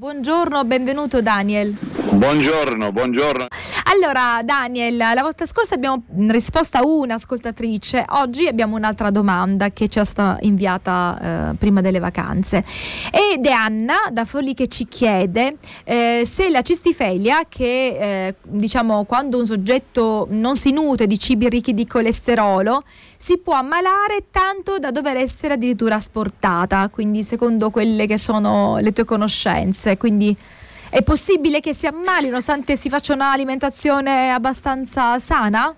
Buongiorno, benvenuto Daniel. Buongiorno. Allora Daniel, la volta scorsa abbiamo risposto a un'ascoltatrice, oggi abbiamo un'altra domanda che ci è stata inviata prima delle vacanze ed è Anna da Forlì che ci chiede se la cistifelia, che diciamo quando un soggetto non si nutre di cibi ricchi di colesterolo, si può ammalare tanto da dover essere addirittura asportata, quindi secondo quelle che sono le tue conoscenze, quindi è possibile che si ammali nonostante si faccia un'alimentazione abbastanza sana?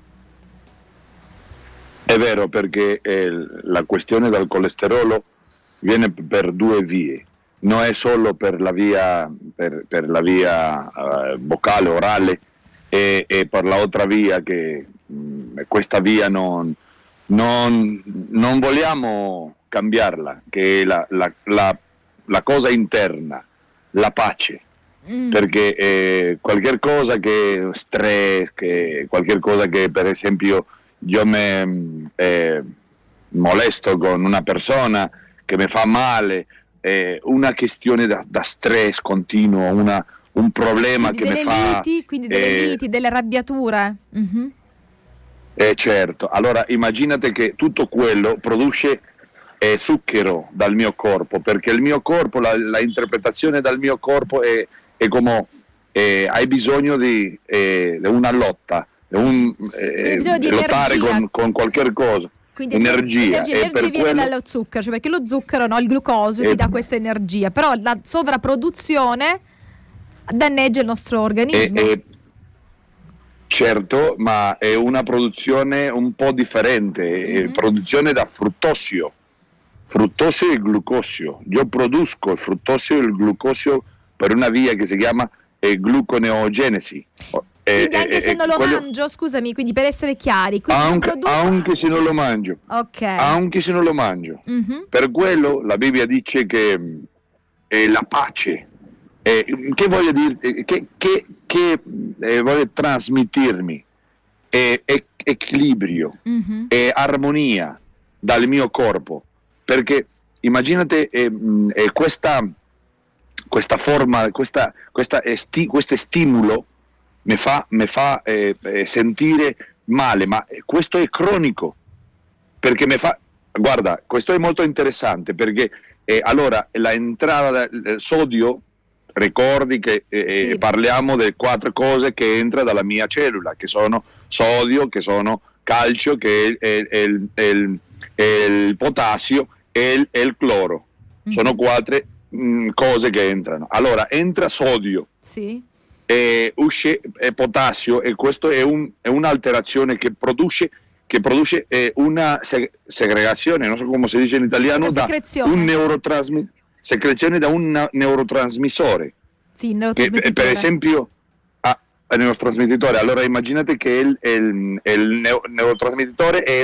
È vero, perché la questione del colesterolo viene per due vie, non è solo per la via boccale, orale e per l'altra via che questa via non vogliamo cambiarla, che è la cosa interna, la pace. Perché qualche cosa che stress, che qualche cosa che per esempio io mi molesto con una persona che mi fa male, una questione da stress continuo, un problema quindi che mi fa quindi delle liti, delle arrabbiature. Certo, allora immaginate che tutto quello produce zucchero dal mio corpo, perché il mio corpo, la interpretazione dal mio corpo è come hai bisogno di una lotta, di lottare con qualche cosa. Quindi energia e per viene dallo zucchero, cioè perché lo zucchero, no, il glucosio ti dà questa energia, però la sovrapproduzione danneggia il nostro organismo. Certo, ma è una produzione un po' differente, è produzione da fruttosio e glucosio. Io produco il fruttosio e il glucosio per una via che si chiama gluconeogenesi. Quindi anche se non lo mangio, scusami, quindi per essere chiari, anche se non lo mangio, anche se non lo mangio. Per quello la Bibbia dice che è la pace. Che voglio dire? Che vuole trasmettermi equilibrio e armonia dal mio corpo, perché immaginate questa forma, questo stimolo mi fa sentire male, ma questo è cronico, perché guarda, questo è molto interessante, perché allora la entrata del sodio, ricordi che sì, parliamo delle 4 cose che entra dalla mia cellula, che sono sodio, che sono calcio, che è il potassio e il cloro. Sono 4 cose che entrano. Allora entra sodio, sì, e usce potassio, e questo è un'alterazione che produce una segregazione, non so come si dice in italiano, da un secrezione da un neurotrasmissore. Sì, neurotrasmettitore. Per esempio il neurotrasmettitore. Allora immaginate che il neurotrasmettitore è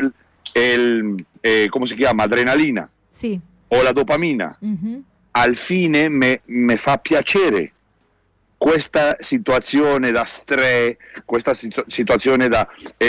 come si chiama? Adrenalina, sì, o la dopamina. Al fine mi fa piacere questa situazione da stress, questa situazione da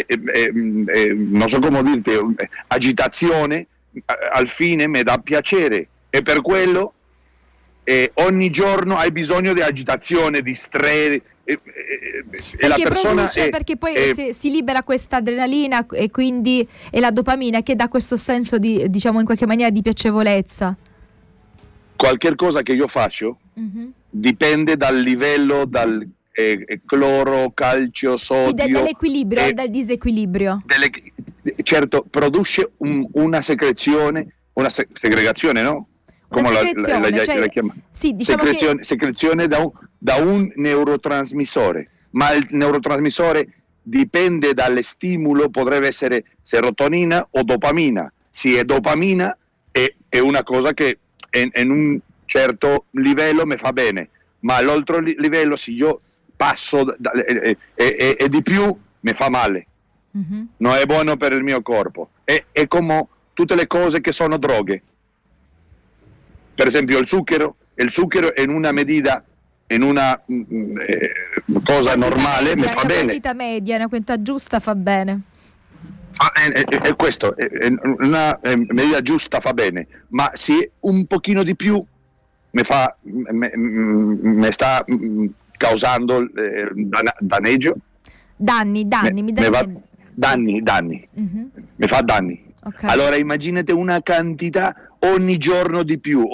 non so come dirti, agitazione, al fine mi dà piacere, e per quello ogni giorno hai bisogno di agitazione, di stress, e la persona perché poi si libera questa adrenalina e quindi è la dopamina che dà questo senso di, diciamo, in qualche maniera di piacevolezza. Qualche cosa che io faccio dipende dal livello, dal cloro, calcio, sodio, dall'equilibrio e dal disequilibrio. Certo, produce una secrezione, una segregazione, no? Come la chiama? Sì, diciamo secrezione da un neurotrasmissore, ma il neurotrasmissore dipende dallo stimolo, potrebbe essere serotonina o dopamina. Se è dopamina è una cosa che in un certo livello mi fa bene, ma all'altro livello, se io passo e di più, mi fa male. Non è buono per il mio corpo. È come tutte le cose che sono droghe. Per esempio il zucchero in una medida, in una cosa normale, mi fa bene. Una quantità media, una quantità giusta fa bene. Questo, una medida giusta fa bene, ma se un pochino di più me sta causando danneggio. Danni, Danni. Mhm. Mi fa danni. Ok. Allora immaginate una quantità ogni giorno di più.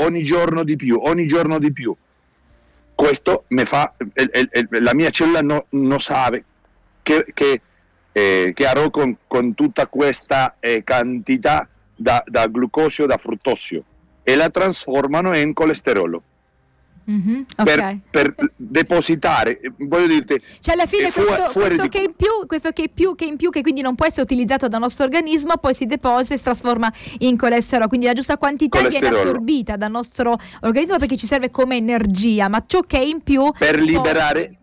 Questo mi fa, la mia cellula non sa che harò con tutta questa quantità da glucosio, da fruttosio, e la trasformano in colesterolo. Mhm, ok. Per depositare, voglio dirti, Cioè alla fine fuori questo che è in più, che quindi non può essere utilizzato dal nostro organismo, poi si deposita e si trasforma in colesterolo, quindi la giusta quantità viene assorbita dal nostro organismo perché ci serve come energia, ma ciò che è in più per liberare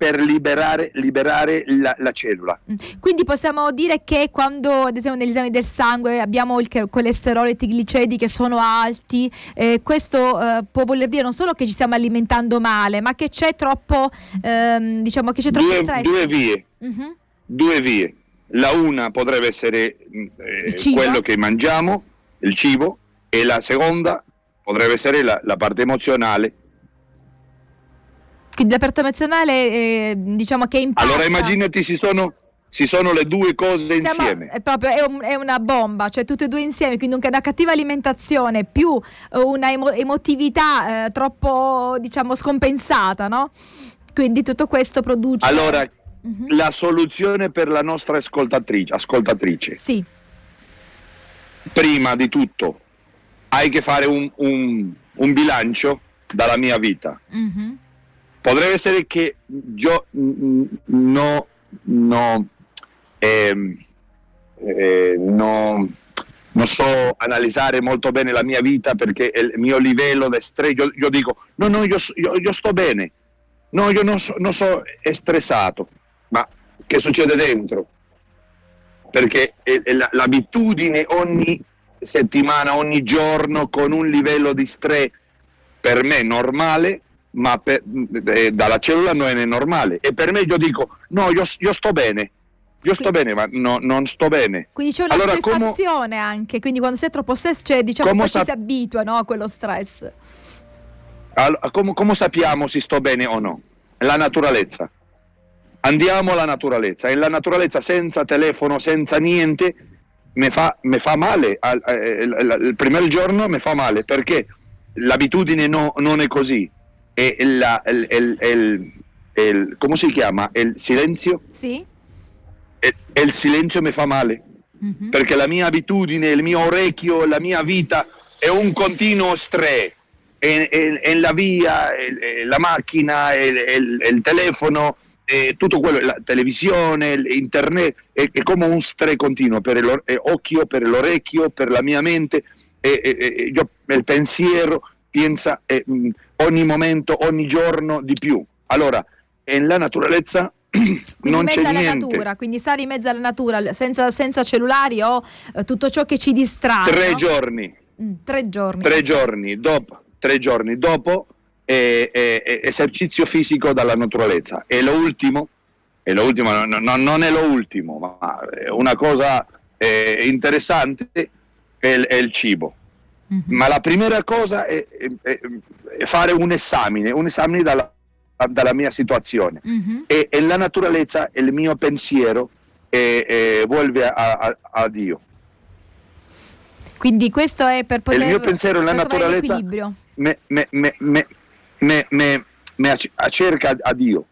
la cellula. Quindi possiamo dire che quando ad esempio negli esami del sangue abbiamo il colesterolo e i trigliceri che sono alti, questo può voler dire non solo che ci stiamo alimentando male, ma che c'è troppo diciamo che c'è troppo stress. Due vie. La una potrebbe essere quello che mangiamo, il cibo, e la seconda potrebbe essere la parte emozionale. Quindi la parte emozionale diciamo che impatta. Allora immaginati, ci sono le due cose insieme. È una bomba, cioè tutte e due insieme, quindi una cattiva alimentazione più una emotività troppo, diciamo, scompensata, no? Quindi tutto questo produce... Allora, la soluzione per la nostra ascoltatrice. Sì. Prima di tutto, hai che fare un bilancio dalla mia vita. Mm-hmm. Potrebbe essere che io non so analizzare molto bene la mia vita, perché il mio livello di stress, io dico io sto bene, io non so è stressato, ma che succede dentro? Perché l'abitudine ogni settimana, ogni giorno, con un livello di stress per me normale, ma dalla cellula non è normale, e per me io dico io sto bene. Ma non sto bene. Quindi c'è una assuefazione anche, quindi quando sei troppo stress, cioè, diciamo che ci si abitua, no, a quello stress. Come sappiamo se sto bene o no? La naturalezza. Andiamo alla naturalezza, e la naturalezza senza telefono, senza niente, mi fa male. Il primo giorno mi fa male, perché l'abitudine non è così. E come si chiama? Il silenzio? Sì. E il silenzio mi fa male, perché la mia abitudine, il mio orecchio, la mia vita è un continuo stress, e la via, la macchina, il telefono, tutto quello, la televisione, internet, è come un stress continuo per l'occhio, per l'orecchio, per la mia mente, io, il pensiero pensa ogni momento, ogni giorno di più. Allora, nella naturalezza non c'è niente. Natura, quindi stare in mezzo alla natura, senza cellulari o tutto ciò che ci distrae. 3 no? giorni. 3 giorni. 3 giorni dopo esercizio fisico dalla naturalezza. E l'ultimo non è lo ultimo, ma una cosa interessante è il cibo. Ma la prima cosa è fare un esame dalla mia situazione, e la naturalezza, il mio pensiero vuelve a Dio. Quindi questo è per poter, il mio pensiero, la naturalezza me cerca a Dio.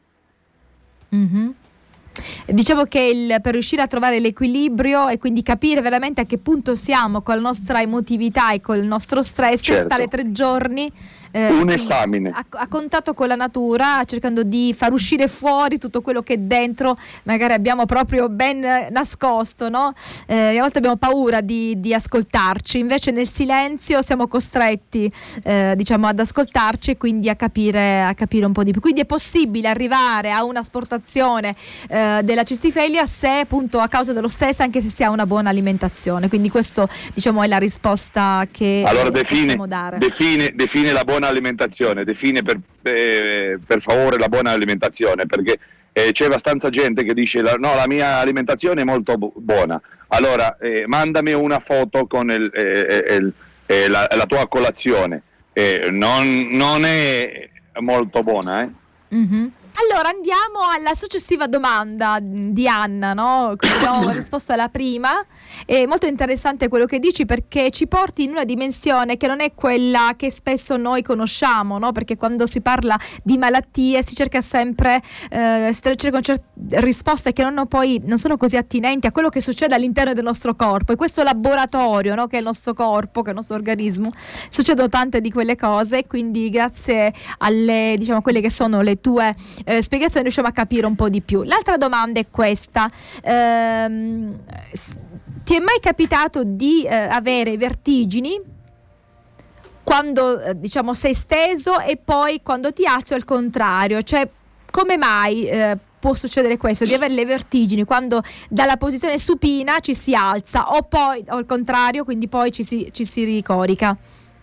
Diciamo che per riuscire a trovare l'equilibrio e quindi capire veramente a che punto siamo con la nostra emotività e con il nostro stress, certo. Stare 3 giorni un esame a contatto con la natura, cercando di far uscire fuori tutto quello che dentro magari abbiamo proprio ben nascosto, no? A volte abbiamo paura di ascoltarci, invece nel silenzio siamo costretti diciamo ad ascoltarci e quindi a capire un po' di più. Quindi è possibile arrivare a una asportazione della cistifelia se appunto a causa dello stress, anche se si ha una buona alimentazione. Quindi questo, diciamo, è la risposta che possiamo dare. Define la buona alimentazione, define per favore la buona alimentazione, perché c'è abbastanza gente che dice la mia alimentazione è molto buona. Allora mandami una foto con la tua colazione, non è molto buona. Mhm. Allora andiamo alla successiva domanda di Anna, no? Quindi abbiamo risposto alla prima. È molto interessante quello che dici, perché ci porti in una dimensione che non è quella che spesso noi conosciamo, no? Perché quando si parla di malattie si cerca sempre cercano risposte che non sono così attinenti a quello che succede all'interno del nostro corpo. E questo laboratorio, no? Che è il nostro corpo, che è il nostro organismo, succedono tante di quelle cose, quindi grazie alle, diciamo, quelle che sono le tue spiegazioni riusciamo a capire un po' di più. L'altra domanda è questa: ti è mai capitato di avere vertigini quando diciamo sei steso e poi quando ti alzi al contrario? Cioè, come mai può succedere questo, di avere le vertigini quando dalla posizione supina ci si alza, o poi o al contrario, quindi poi ci si ricorica?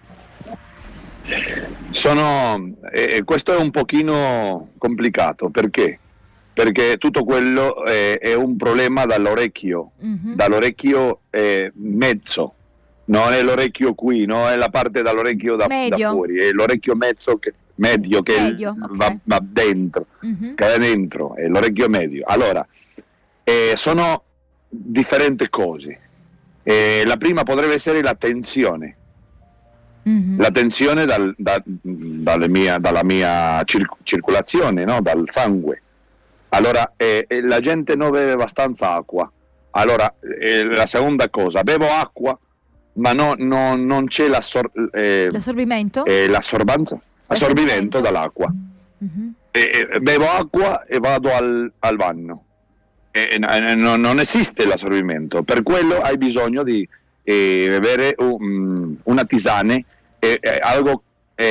Questo è un pochino complicato, perché tutto quello è un problema dall'orecchio, dall'orecchio mezzo, non è l'orecchio qui, no, è la parte dall'orecchio da fuori, è l'orecchio medio che okay. va dentro, che è dentro, è l'orecchio medio. Allora, sono differenti cose. La prima potrebbe essere la tensione. La tensione dalla mia circolazione, no? Dal sangue. Allora la gente non beve abbastanza acqua. Allora la seconda cosa, bevo acqua, ma non c'è l'assorbimento? L'assorbimento dall'acqua. Bevo acqua e vado al bagno. Non esiste l'assorbimento, per quello hai bisogno di bere una tisana, algo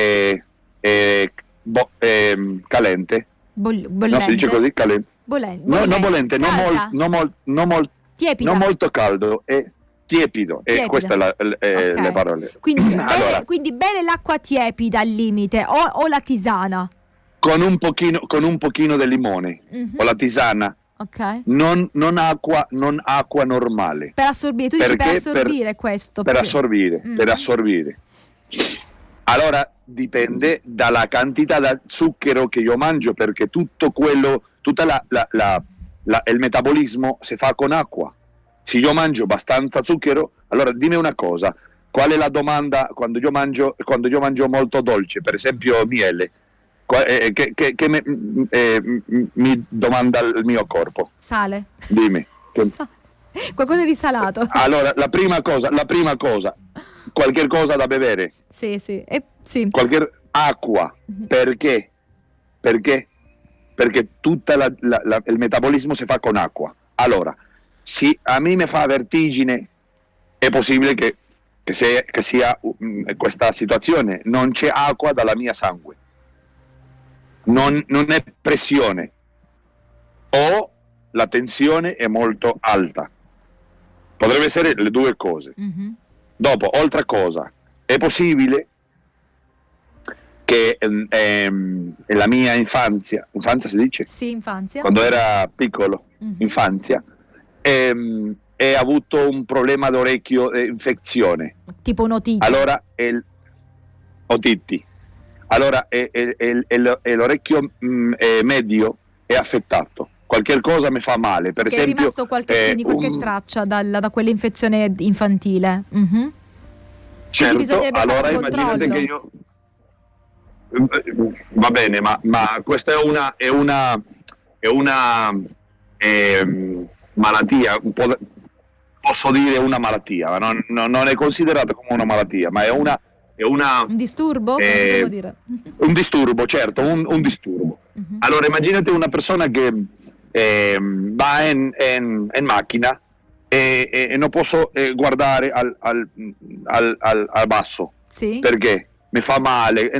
calente. Bollente. No, si dice così, calente. Bollente. Non bollente, non molto caldo, è tiepido. Queste sono le parole. Quindi, allora, quindi bere l'acqua tiepida al limite, o la tisana? Con un pochino di limone, o la tisana. Okay. Non acqua normale. Per assorbire, tu dici per assorbire questo. Per assorbire. Allora dipende dalla quantità di zucchero che io mangio, perché tutto il metabolismo si fa con acqua. Se io mangio abbastanza zucchero, allora dimmi una cosa, qual è la domanda quando io mangio molto dolce, per esempio miele? Che mi domanda il mio corpo? Sale. Dimmi. Qualcosa di salato. Allora, la prima cosa, qualche cosa da bere. Sì. Sì. Qualche acqua. Perché? Perché tutto il metabolismo si fa con acqua. Allora, se a me mi fa vertigine, è possibile che sia questa situazione. Non c'è acqua dalla mia sangue. Non è pressione, o la tensione è molto alta. Potrebbe essere le due cose. Dopo, altra cosa, è possibile che la mia infanzia si dice? Sì, infanzia. Quando era piccolo, infanzia, e ha avuto un problema d'orecchio, infezione. Tipo un'otite. Allora, otiti. Allora l'orecchio medio è affettato, qualche cosa mi fa male, per esempio, è rimasto qualche traccia da quell'infezione infantile. Certo, allora immaginate che io va bene, ma questa è una malattia, posso dire una malattia, ma non è considerata come una malattia, ma è un disturbo? Devo dire. Un disturbo, certo, un disturbo. Allora immaginate una persona che va in macchina e non posso guardare al basso. Sì. Perché mi fa male,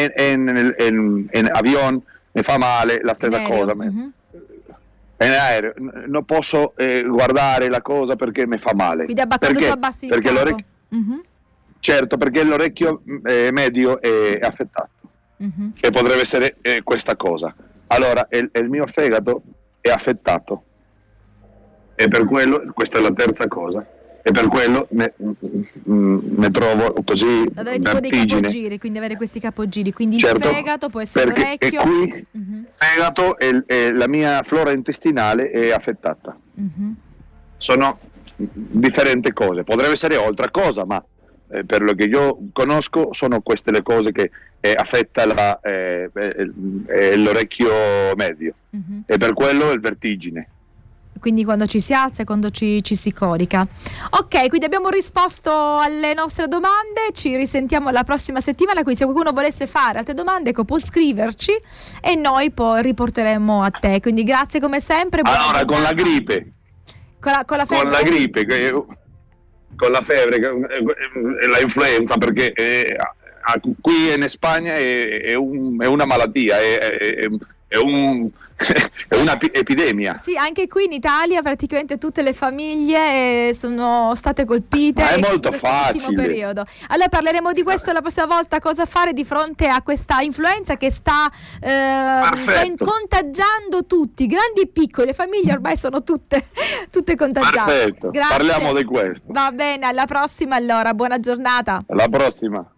in avion mi fa male, la stessa cosa. In aereo non posso guardare la cosa perché mi fa male. Quindi quando tu abbassi il capo. L'orecchio, certo, perché l'orecchio medio è affettato, e potrebbe essere questa cosa. Allora il mio fegato è affettato, e per quello, questa è la terza cosa, e per quello ne trovo così avere tipo dei capogiri, quindi avere questi capogiri, quindi certo, il fegato può essere l'orecchio. E qui il fegato e la mia flora intestinale è affettata. Sono differenti cose, potrebbe essere altra cosa, ma per lo che io conosco sono queste le cose che affetta l'orecchio medio, e per quello il vertigine. Quindi quando ci si alza e quando ci si corica. Ok, quindi abbiamo risposto alle nostre domande, ci risentiamo la prossima settimana, quindi se qualcuno volesse fare altre domande può scriverci e noi poi riporteremo a te, quindi grazie come sempre. Allora, con la gripe, con la febbre? Con la gripe, con la febbre, la influenza, perché qui in Spagna è una malattia, è una epidemia. Sì, anche qui in Italia praticamente tutte le famiglie sono state colpite. Ma è molto in quest'ultimo periodo. Allora parleremo di questo la prossima volta, cosa fare di fronte a questa influenza che sta contagiando tutti, grandi e piccoli, le famiglie ormai sono tutte contagiate. Perfetto, grazie. Parliamo di questo. Va bene, alla prossima allora, buona giornata. Alla prossima.